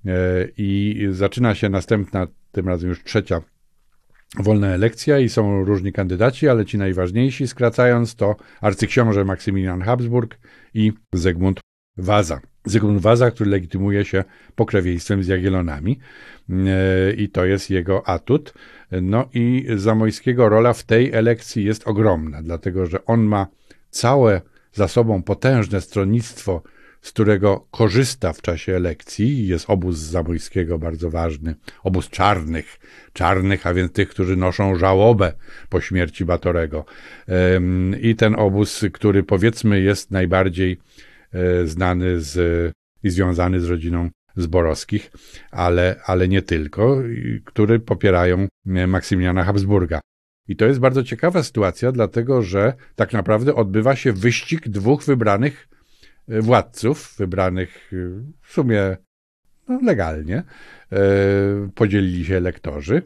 I zaczyna się następna, tym razem już trzecia wolna elekcja i są różni kandydaci, ale ci najważniejsi, skracając, to arcyksiąże Maksymilian Habsburg i Zygmunt Waza. Zygmunt Waza, który legitymuje się pokrewieństwem z Jagiellonami i to jest jego atut. No i Zamoyskiego rola w tej elekcji jest ogromna, dlatego że on ma całe za sobą potężne stronnictwo, z którego korzysta w czasie elekcji. Jest obóz Zamoyskiego bardzo ważny, obóz czarnych, a więc tych, którzy noszą żałobę po śmierci Batorego. I ten obóz, który powiedzmy jest najbardziej znany i związany z rodziną Zborowskich, ale nie tylko, który popierają Maksymiliana Habsburga. I to jest bardzo ciekawa sytuacja, dlatego że tak naprawdę odbywa się wyścig dwóch wybranych władców, wybranych w sumie legalnie, podzielili się elektorzy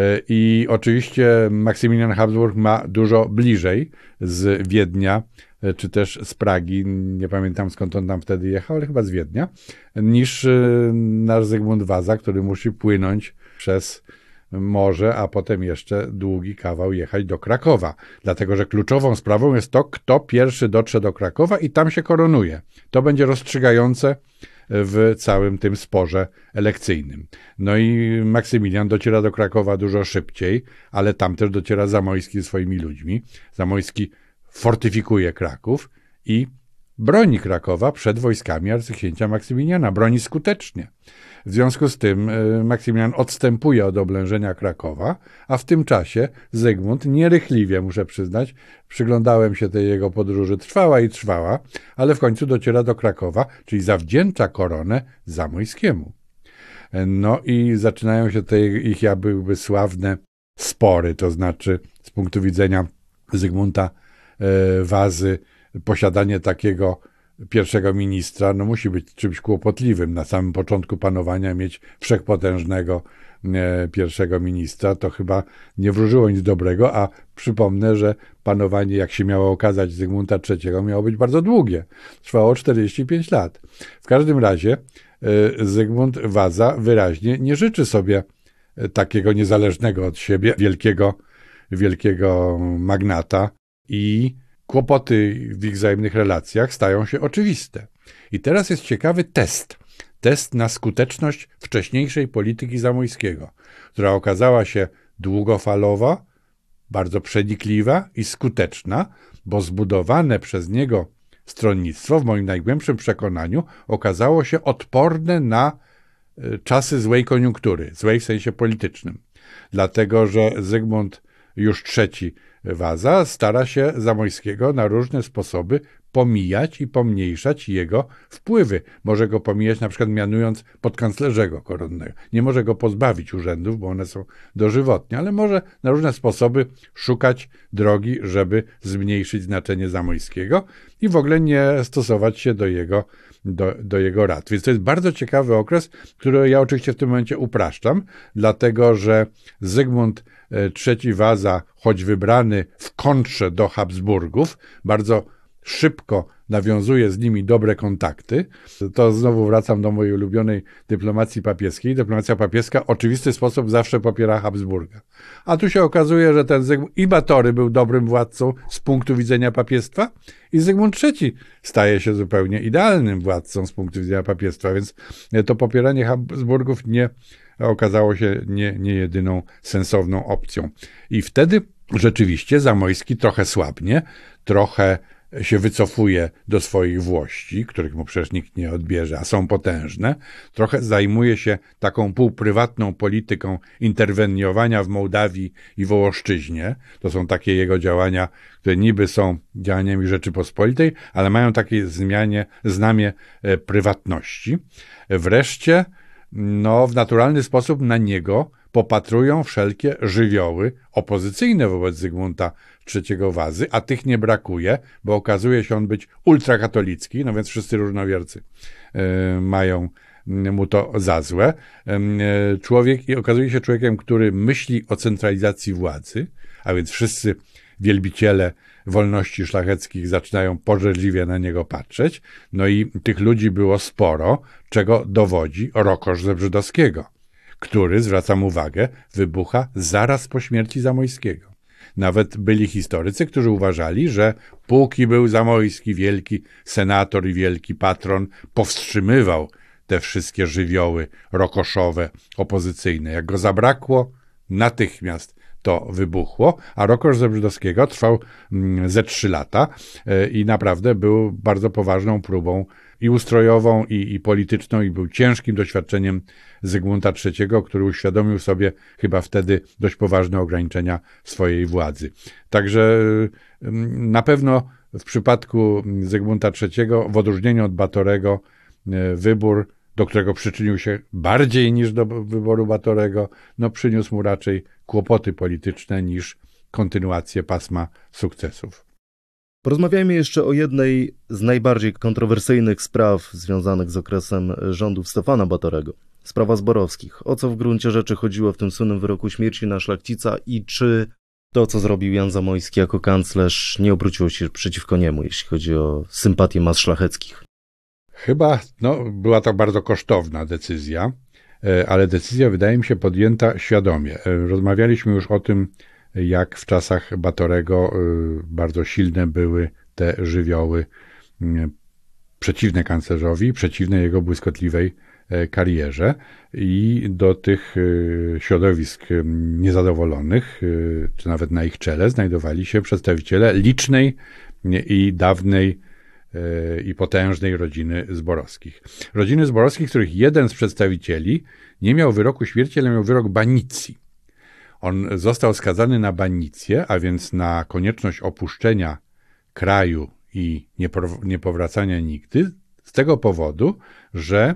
i oczywiście Maksymilian Habsburg ma dużo bliżej z Wiednia, czy też z Pragi, nie pamiętam skąd on tam wtedy jechał, ale chyba z Wiednia, niż nasz Zygmunt Waza, który musi płynąć przez morze, a potem jeszcze długi kawał jechać do Krakowa. Dlatego, że kluczową sprawą jest to, kto pierwszy dotrze do Krakowa i tam się koronuje. To będzie rozstrzygające w całym tym sporze elekcyjnym. No i Maksymilian dociera do Krakowa dużo szybciej, ale tam też dociera Zamoyski ze swoimi ludźmi. Zamoyski fortyfikuje Kraków i broni Krakowa przed wojskami arcyksięcia Maksymiliana. Broni skutecznie. W związku z tym Maksymilian odstępuje od oblężenia Krakowa, a w tym czasie Zygmunt nierychliwie, muszę przyznać, przyglądałem się tej jego podróży, trwała, ale w końcu dociera do Krakowa, czyli zawdzięcza koronę Zamoyskiemu. No i zaczynają się te ich jakby sławne spory, to znaczy z punktu widzenia Zygmunta Wazy posiadanie takiego pierwszego ministra musi być czymś kłopotliwym. Na samym początku panowania mieć wszechpotężnego pierwszego ministra, to chyba nie wróżyło nic dobrego, a przypomnę, że panowanie, jak się miało okazać, Zygmunta III miało być bardzo długie. Trwało 45 lat. W każdym razie Zygmunt Waza wyraźnie nie życzy sobie takiego niezależnego od siebie wielkiego magnata i kłopoty w ich wzajemnych relacjach stają się oczywiste. I teraz jest ciekawy test na skuteczność wcześniejszej polityki Zamoyskiego, która okazała się długofalowa, bardzo przenikliwa i skuteczna, bo zbudowane przez niego stronnictwo, w moim najgłębszym przekonaniu, okazało się odporne na czasy złej koniunktury, złej w sensie politycznym. Dlatego, że Zygmunt już III Waza stara się Zamoyskiego na różne sposoby pomijać i pomniejszać jego wpływy. Może go pomijać na przykład mianując podkanclerzego koronnego. Nie może go pozbawić urzędów, bo one są dożywotnie, ale może na różne sposoby szukać drogi, żeby zmniejszyć znaczenie Zamoyskiego i w ogóle nie stosować się do jego rad. Więc to jest bardzo ciekawy okres, który ja oczywiście w tym momencie upraszczam, dlatego że Zygmunt III Waza, choć wybrany w kontrze do Habsburgów, bardzo szybko nawiązuje z nimi dobre kontakty. To znowu wracam do mojej ulubionej dyplomacji papieskiej. Dyplomacja papieska w oczywisty sposób zawsze popiera Habsburga. A tu się okazuje, że ten Zygmunt i Batory był dobrym władcą z punktu widzenia papiestwa i Zygmunt III staje się zupełnie idealnym władcą z punktu widzenia papiestwa, więc to popieranie Habsburgów okazało się nie jedyną sensowną opcją. I wtedy rzeczywiście Zamoyski trochę słabnie, trochę się wycofuje do swoich włości, których mu przecież nikt nie odbierze, a są potężne, trochę zajmuje się taką półprywatną polityką interweniowania w Mołdawii i Wołoszczyźnie. To są takie jego działania, które niby są działaniami Rzeczypospolitej, ale mają takie znamie prywatności. Wreszcie, w naturalny sposób na niego popatrują wszelkie żywioły opozycyjne wobec Zygmunta III Wazy, a tych nie brakuje, bo okazuje się on być ultrakatolicki, więc wszyscy różnowiercy mają mu to za złe. Okazuje się człowiekiem, który myśli o centralizacji władzy, a więc wszyscy wielbiciele wolności szlacheckich zaczynają pożarliwie na niego patrzeć. No i tych ludzi było sporo, czego dowodzi Rokosz ze Brzydowskiego, który, zwracam uwagę, wybucha zaraz po śmierci Zamojskiego. Nawet byli historycy, którzy uważali, że póki był Zamojski, wielki senator i wielki patron, powstrzymywał te wszystkie żywioły rokoszowe, opozycyjne. Jak go zabrakło, natychmiast to wybuchło, a Rokosz ze Brzydowskiego trwał ze 3 lata i naprawdę był bardzo poważną próbą i ustrojową, i polityczną, i był ciężkim doświadczeniem Zygmunta III, który uświadomił sobie chyba wtedy dość poważne ograniczenia swojej władzy. Także na pewno w przypadku Zygmunta III, w odróżnieniu od Batorego, wybór, do którego przyczynił się bardziej niż do wyboru Batorego, przyniósł mu raczej kłopoty polityczne niż kontynuację pasma sukcesów. Porozmawiajmy jeszcze o jednej z najbardziej kontrowersyjnych spraw związanych z okresem rządów Stefana Batorego. Sprawa Zborowskich. O co w gruncie rzeczy chodziło w tym słynnym wyroku śmierci na szlachcica i czy to, co zrobił Jan Zamojski jako kanclerz, nie obróciło się przeciwko niemu, jeśli chodzi o sympatię mas szlacheckich? Chyba była to bardzo kosztowna decyzja, ale decyzja wydaje mi się podjęta świadomie. Rozmawialiśmy już o tym, jak w czasach Batorego bardzo silne były te żywioły przeciwne kanclerzowi, przeciwne jego błyskotliwej karierze i do tych środowisk niezadowolonych, czy nawet na ich czele, znajdowali się przedstawiciele licznej i dawnej i potężnej rodziny Zborowskich. Rodziny Zborowskich, których jeden z przedstawicieli nie miał wyroku śmierci, ale miał wyrok banicji. On został skazany na banicję, a więc na konieczność opuszczenia kraju i niepowracania nigdy, z tego powodu, że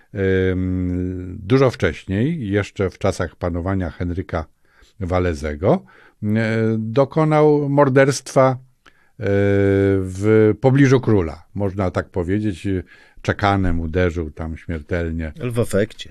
dużo wcześniej, jeszcze w czasach panowania Henryka Walezego, dokonał morderstwa w pobliżu króla. Można tak powiedzieć, czekanem uderzył tam śmiertelnie. Ale w afekcie.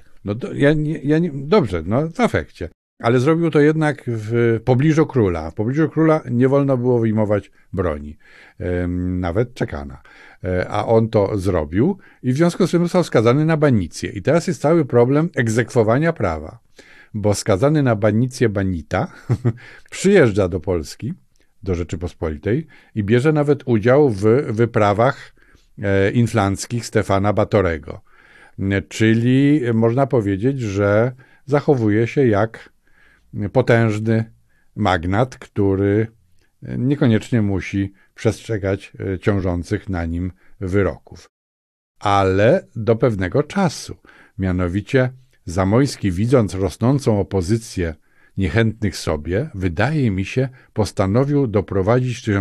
Dobrze, w afekcie. Ale zrobił to jednak w pobliżu króla. W pobliżu króla nie wolno było wyjmować broni, nawet czekana. A on to zrobił i w związku z tym został skazany na banicję. I teraz jest cały problem egzekwowania prawa, bo skazany na banicję banita przyjeżdża do Polski, do Rzeczypospolitej i bierze nawet udział w wyprawach inflanckich Stefana Batorego. Czyli można powiedzieć, że zachowuje się jak potężny magnat, który niekoniecznie musi przestrzegać ciążących na nim wyroków. Ale do pewnego czasu. Mianowicie Zamojski, widząc rosnącą opozycję niechętnych sobie, wydaje mi się, postanowił doprowadzić w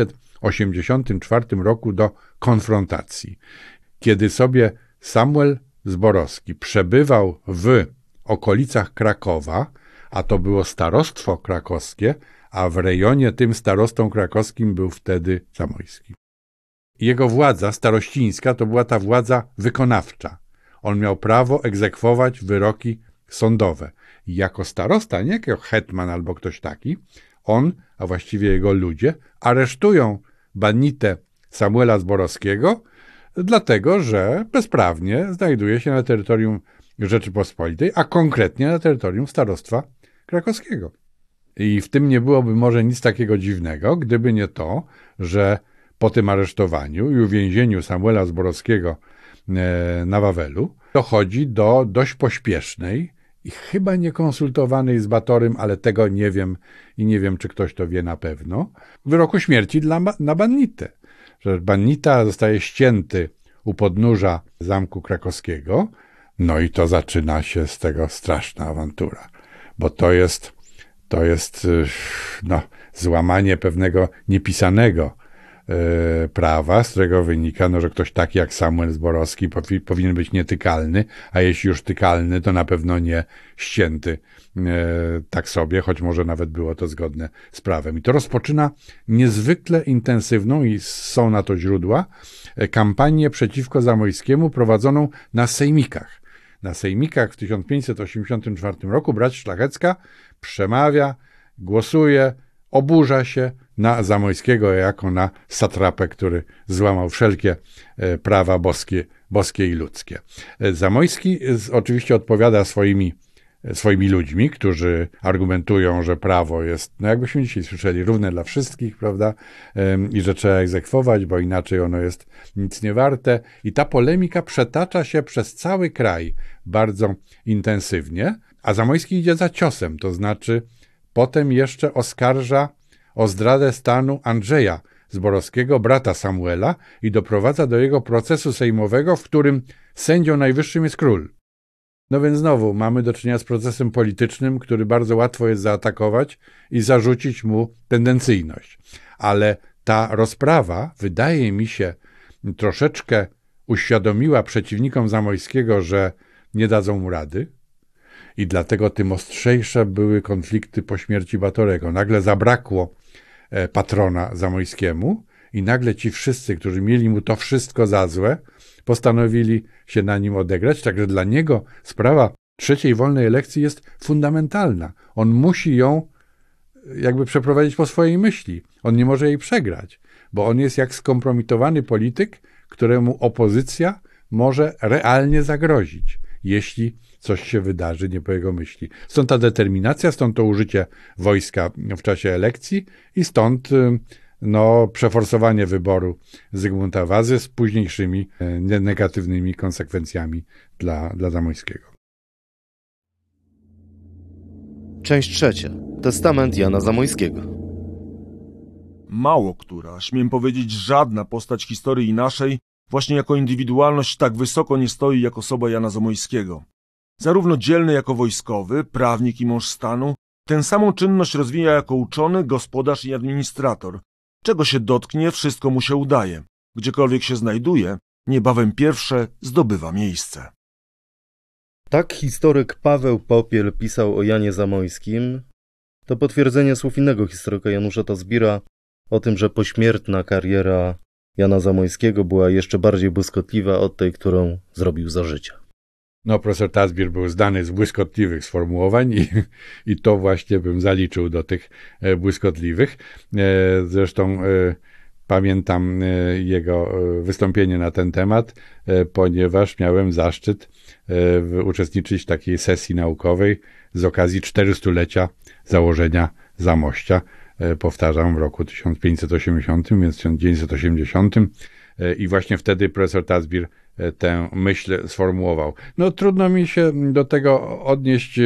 1584 roku do konfrontacji. Kiedy sobie Samuel Zborowski przebywał w okolicach Krakowa, a to było starostwo krakowskie, a w rejonie tym starostą krakowskim był wtedy Zamojski. Jego władza starościńska to była ta władza wykonawcza. On miał prawo egzekwować wyroki sądowe. I jako starosta, nie jako hetman albo ktoś taki, on, a właściwie jego ludzie, aresztują banitę Samuela Zborowskiego, dlatego że bezprawnie znajduje się na terytorium Rzeczypospolitej, a konkretnie na terytorium starostwa krakowskiego. I w tym nie byłoby może nic takiego dziwnego, gdyby nie to, że po tym aresztowaniu i uwięzieniu Samuela Zborowskiego na Wawelu dochodzi do dość pośpiesznej i chyba niekonsultowanej z Batorym, ale tego nie wiem i nie wiem, czy ktoś to wie na pewno, wyroku śmierci na Bannitę. Że Bannita zostaje ścięty u podnóża Zamku Krakowskiego, no i to zaczyna się z tego straszna awantura, bo to jest złamanie pewnego niepisanego prawa, z którego wynika, że ktoś taki jak Samuel Zborowski powinien być nietykalny, a jeśli już tykalny, to na pewno nie ścięty tak sobie, choć może nawet było to zgodne z prawem. I to rozpoczyna niezwykle intensywną, i są na to źródła, kampanię przeciwko Zamojskiemu prowadzoną na sejmikach. Na sejmikach w 1584 roku brać szlachecka przemawia, głosuje, oburza się na Zamoyskiego jako na satrapę, który złamał wszelkie prawa boskie i ludzkie. Zamoyski oczywiście odpowiada swoimi ludźmi, którzy argumentują, że prawo jest, no jakbyśmy dzisiaj słyszeli, równe dla wszystkich, prawda, i że trzeba egzekwować, bo inaczej ono jest nic nie warte. I ta polemika przetacza się przez cały kraj bardzo intensywnie, a Zamoyski idzie za ciosem, to znaczy potem jeszcze oskarża o zdradę stanu Andrzeja Zborowskiego, brata Samuela, i doprowadza do jego procesu sejmowego, w którym sędzią najwyższym jest król. No więc znowu mamy do czynienia z procesem politycznym, który bardzo łatwo jest zaatakować i zarzucić mu tendencyjność. Ale ta rozprawa, wydaje mi się, troszeczkę uświadomiła przeciwnikom Zamoyskiego, że nie dadzą mu rady, i dlatego tym ostrzejsze były konflikty po śmierci Batorego. Nagle zabrakło patrona Zamoyskiemu i nagle ci wszyscy, którzy mieli mu to wszystko za złe, postanowili się na nim odegrać. Także dla niego sprawa trzeciej wolnej elekcji jest fundamentalna. On musi ją jakby przeprowadzić po swojej myśli. On nie może jej przegrać, bo on jest jak skompromitowany polityk, któremu opozycja może realnie zagrozić, jeśli coś się wydarzy nie po jego myśli. Stąd ta determinacja, stąd to użycie wojska w czasie elekcji i stąd przeforsowanie wyboru Zygmunta Wazy z późniejszymi negatywnymi konsekwencjami dla Zamoyskiego. Część 3. Testament Jana Zamoyskiego. Mało która, śmiem powiedzieć żadna postać historii naszej właśnie jako indywidualność tak wysoko nie stoi jak osoba Jana Zamoyskiego. Zarówno dzielny jako wojskowy, prawnik i mąż stanu, tę samą czynność rozwija jako uczony, gospodarz i administrator. Czego się dotknie, wszystko mu się udaje. Gdziekolwiek się znajduje, niebawem pierwsze zdobywa miejsce. Tak historyk Paweł Popiel pisał o Janie Zamoyskim. To potwierdzenie słów innego historyka Janusza Tazbira o tym, że pośmiertna kariera Jana Zamoyskiego była jeszcze bardziej błyskotliwa od tej, którą zrobił za życia. No, profesor Tazbir był znany z błyskotliwych sformułowań i to właśnie bym zaliczył do tych błyskotliwych. Zresztą pamiętam jego wystąpienie na ten temat, ponieważ miałem zaszczyt uczestniczyć w takiej sesji naukowej z okazji 400-lecia założenia Zamościa. Powtarzam, w roku 1580, więc 1980. I właśnie wtedy profesor Tazbir tę myśl sformułował. No trudno mi się do tego odnieść.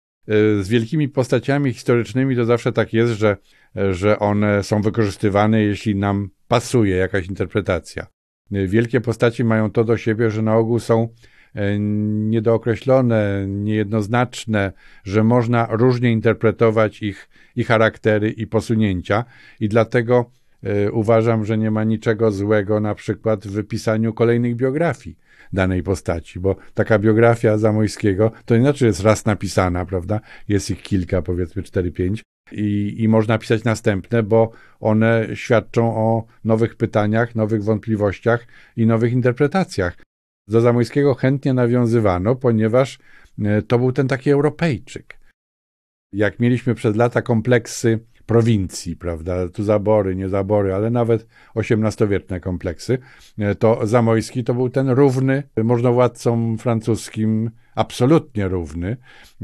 Z wielkimi postaciami historycznymi to zawsze tak jest, że one są wykorzystywane, jeśli nam pasuje jakaś interpretacja. Wielkie postaci mają to do siebie, że na ogół są niedookreślone, niejednoznaczne, że można różnie interpretować ich charaktery i posunięcia i dlatego uważam, że nie ma niczego złego na przykład w wypisaniu kolejnych biografii danej postaci, bo taka biografia Zamoyskiego to inaczej jest raz napisana, prawda? Jest ich kilka, powiedzmy 4-5 i można pisać następne, bo one świadczą o nowych pytaniach, nowych wątpliwościach i nowych interpretacjach. Do Zamoyskiego chętnie nawiązywano, ponieważ to był ten taki Europejczyk. Jak mieliśmy przez lata kompleksy prowincji, prawda, tu zabory, nie zabory, ale nawet XVIII-wieczne kompleksy, to Zamoyski to był ten równy możnowładcom francuskim, absolutnie równy,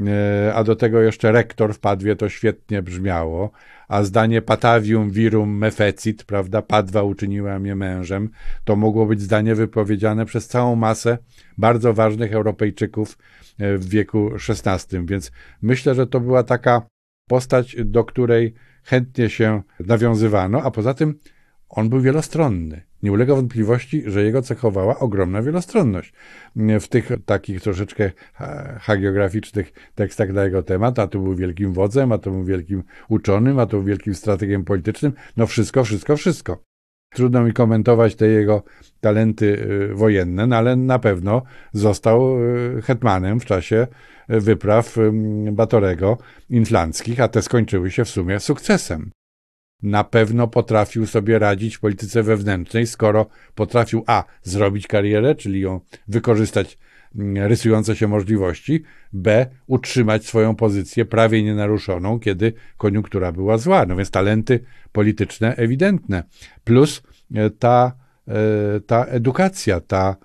a do tego jeszcze rektor w Padwie, to świetnie brzmiało, a zdanie patavium virum me fecit, prawda, Padwa uczyniła mnie mężem, to mogło być zdanie wypowiedziane przez całą masę bardzo ważnych Europejczyków w wieku XVI, więc myślę, że to była taka postać, do której chętnie się nawiązywano, a poza tym on był wielostronny. Nie ulega wątpliwości, że jego cechowała ogromna wielostronność. W tych takich troszeczkę hagiograficznych tekstach na jego temat, a to był wielkim wodzem, a to był wielkim uczonym, a to był wielkim strategiem politycznym, no wszystko. Trudno mi komentować te jego talenty wojenne, no ale na pewno został hetmanem w czasie wypraw Batorego inflanckich, a te skończyły się w sumie sukcesem. Na pewno potrafił sobie radzić w polityce wewnętrznej, skoro potrafił zrobić karierę, czyli ją wykorzystać rysujące się możliwości, b, utrzymać swoją pozycję prawie nienaruszoną, kiedy koniunktura była zła. No więc talenty polityczne ewidentne. Plus ta edukacja,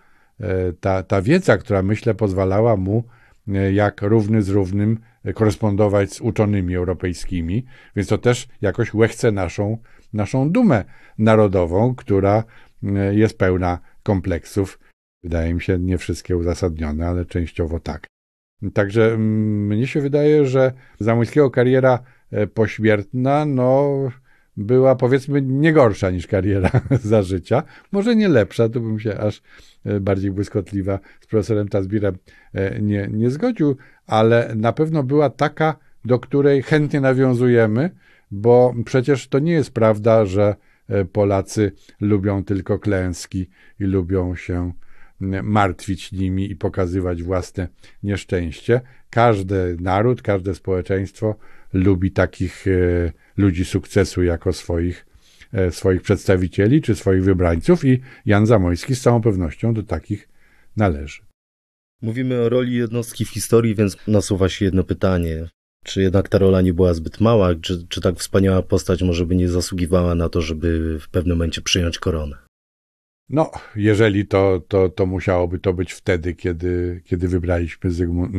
ta wiedza, która myślę pozwalała mu jak równy z równym korespondować z uczonymi europejskimi, więc to też jakoś łechce naszą dumę narodową, która jest pełna kompleksów. Wydaje mi się, nie wszystkie uzasadnione, ale częściowo tak. Także mnie się wydaje, że Zamoyskiego kariera pośmiertna, była powiedzmy nie gorsza niż kariera za życia. Może nie lepsza, tu bym się aż bardziej błyskotliwa z profesorem Tazbirem nie zgodził, ale na pewno była taka, do której chętnie nawiązujemy, bo przecież to nie jest prawda, że Polacy lubią tylko klęski i lubią się martwić nimi i pokazywać własne nieszczęście. Każdy naród, każde społeczeństwo lubi takich ludzi sukcesu jako swoich przedstawicieli czy swoich wybrańców i Jan Zamoyski z całą pewnością do takich należy. Mówimy o roli jednostki w historii, więc nasuwa się jedno pytanie. Czy jednak ta rola nie była zbyt mała? Czy tak wspaniała postać może by nie zasługiwała na to, żeby w pewnym momencie przyjąć koronę? No, jeżeli to musiałoby to być wtedy, kiedy wybraliśmy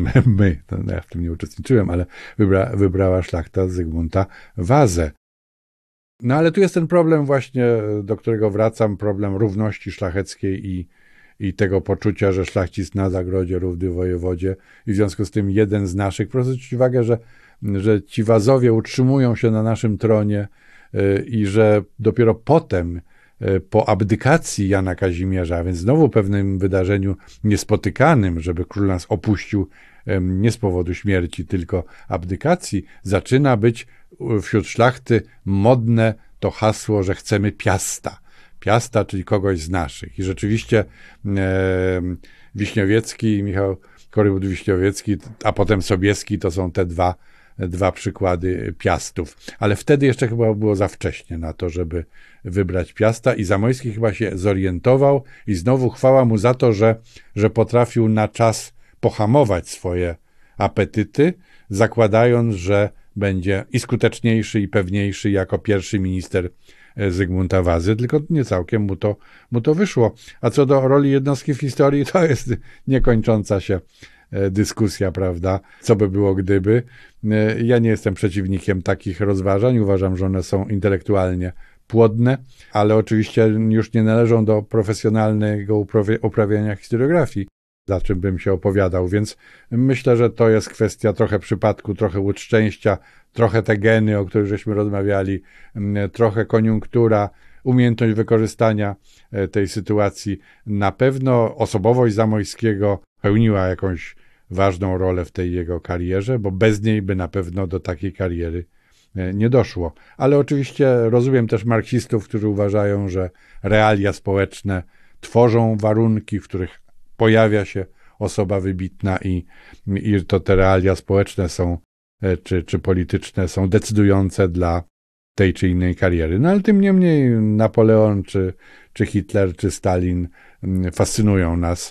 ja w tym nie uczestniczyłem, ale wybrała szlachta Zygmunta Wazę. No ale tu jest ten problem właśnie, do którego wracam, problem równości szlacheckiej i tego poczucia, że szlachcic na zagrodzie równy wojewodzie i w związku z tym jeden z naszych, proszę zwrócić uwagę, że ci Wazowie utrzymują się na naszym tronie i że dopiero potem, po abdykacji Jana Kazimierza, a więc znowu pewnym wydarzeniu niespotykanym, żeby król nas opuścił nie z powodu śmierci, tylko abdykacji, zaczyna być wśród szlachty modne to hasło, że chcemy Piasta. Piasta, czyli kogoś z naszych. I rzeczywiście Wiśniowiecki, Michał Korybut-Wiśniowiecki, a potem Sobieski to są te dwa przykłady Piastów. Ale wtedy jeszcze chyba było za wcześnie na to, żeby wybrać Piasta i Zamoyski chyba się zorientował i znowu chwała mu za to, że potrafił na czas pohamować swoje apetyty, zakładając, że będzie i skuteczniejszy, i pewniejszy jako pierwszy minister Zygmunta Wazy, tylko nie całkiem mu to wyszło. A co do roli jednostki w historii, to jest niekończąca się dyskusja, prawda? Co by było gdyby? Ja nie jestem przeciwnikiem takich rozważań, uważam, że one są intelektualnie płodne, ale oczywiście już nie należą do profesjonalnego uprawiania historiografii, za czym bym się opowiadał, więc myślę, że to jest kwestia trochę przypadku, trochę łód szczęścia, trochę te geny, o których żeśmy rozmawiali, trochę koniunktura, umiejętność wykorzystania tej sytuacji. Na pewno osobowość Zamoyskiego pełniła jakąś ważną rolę w tej jego karierze, bo bez niej by na pewno do takiej kariery nie doszło. Ale oczywiście rozumiem też marksistów, którzy uważają, że realia społeczne tworzą warunki, w których pojawia się osoba wybitna i to te realia społeczne są, czy polityczne są decydujące dla tej czy innej kariery. No ale tym niemniej Napoleon, czy Hitler, czy Stalin fascynują nas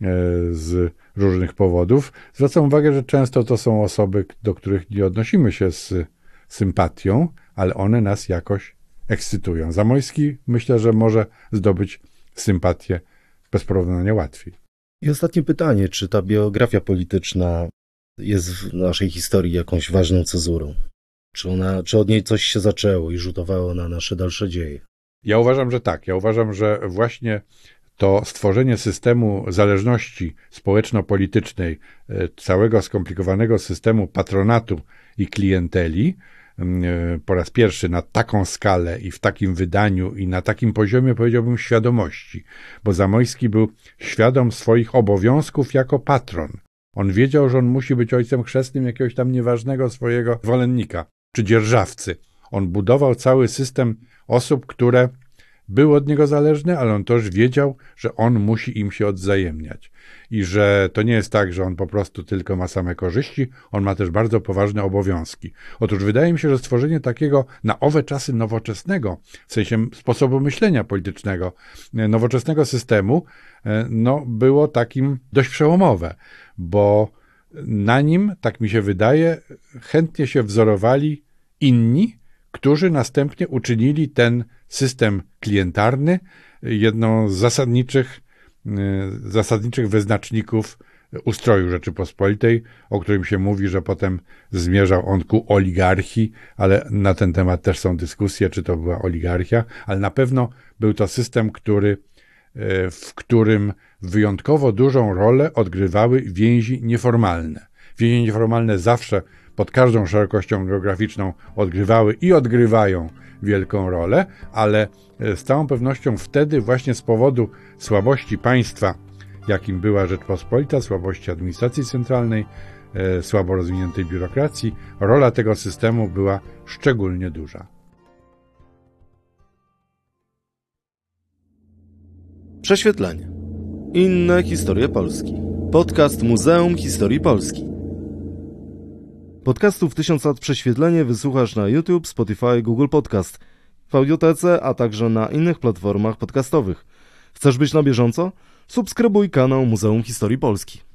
z różnych powodów. Zwracam uwagę, że często to są osoby, do których nie odnosimy się z sympatią, ale one nas jakoś ekscytują. Zamoyski myślę, że może zdobyć sympatię bez porównania łatwiej. I ostatnie pytanie, czy ta biografia polityczna jest w naszej historii jakąś ważną cezurą? Czy od niej coś się zaczęło i rzutowało na nasze dalsze dzieje? Ja uważam, że tak. Ja uważam, że właśnie to stworzenie systemu zależności społeczno-politycznej, całego skomplikowanego systemu patronatu i klienteli, po raz pierwszy na taką skalę i w takim wydaniu i na takim poziomie, powiedziałbym, świadomości, bo Zamoyski był świadom swoich obowiązków jako patron. On wiedział, że on musi być ojcem chrzestnym jakiegoś tam nieważnego swojego zwolennika czy dzierżawcy. On budował cały system osób, które był od niego zależny, ale on też wiedział, że on musi im się odwzajemniać. I że to nie jest tak, że on po prostu tylko ma same korzyści, on ma też bardzo poważne obowiązki. Otóż wydaje mi się, że stworzenie takiego na owe czasy nowoczesnego, w sensie sposobu myślenia politycznego, nowoczesnego systemu, no było takim dość przełomowe, bo na nim, tak mi się wydaje, chętnie się wzorowali inni, którzy następnie uczynili ten system klientarny jedną z zasadniczych wyznaczników ustroju Rzeczypospolitej, o którym się mówi, że potem zmierzał on ku oligarchii, ale na ten temat też są dyskusje, czy to była oligarchia, ale na pewno był to system, w którym wyjątkowo dużą rolę odgrywały więzi nieformalne. Więzi nieformalne zawsze pod każdą szerokością geograficzną odgrywały i odgrywają wielką rolę, ale z całą pewnością wtedy właśnie z powodu słabości państwa, jakim była Rzeczpospolita, słabości administracji centralnej, słabo rozwiniętej biurokracji, rola tego systemu była szczególnie duża. Prześwietlenie. Inne historie Polski. Podcast Muzeum Historii Polski. Podcastów 1000 lat prześwietlenie wysłuchasz na YouTube, Spotify, Google Podcast, w Audiotece, a także na innych platformach podcastowych. Chcesz być na bieżąco? Subskrybuj kanał Muzeum Historii Polski.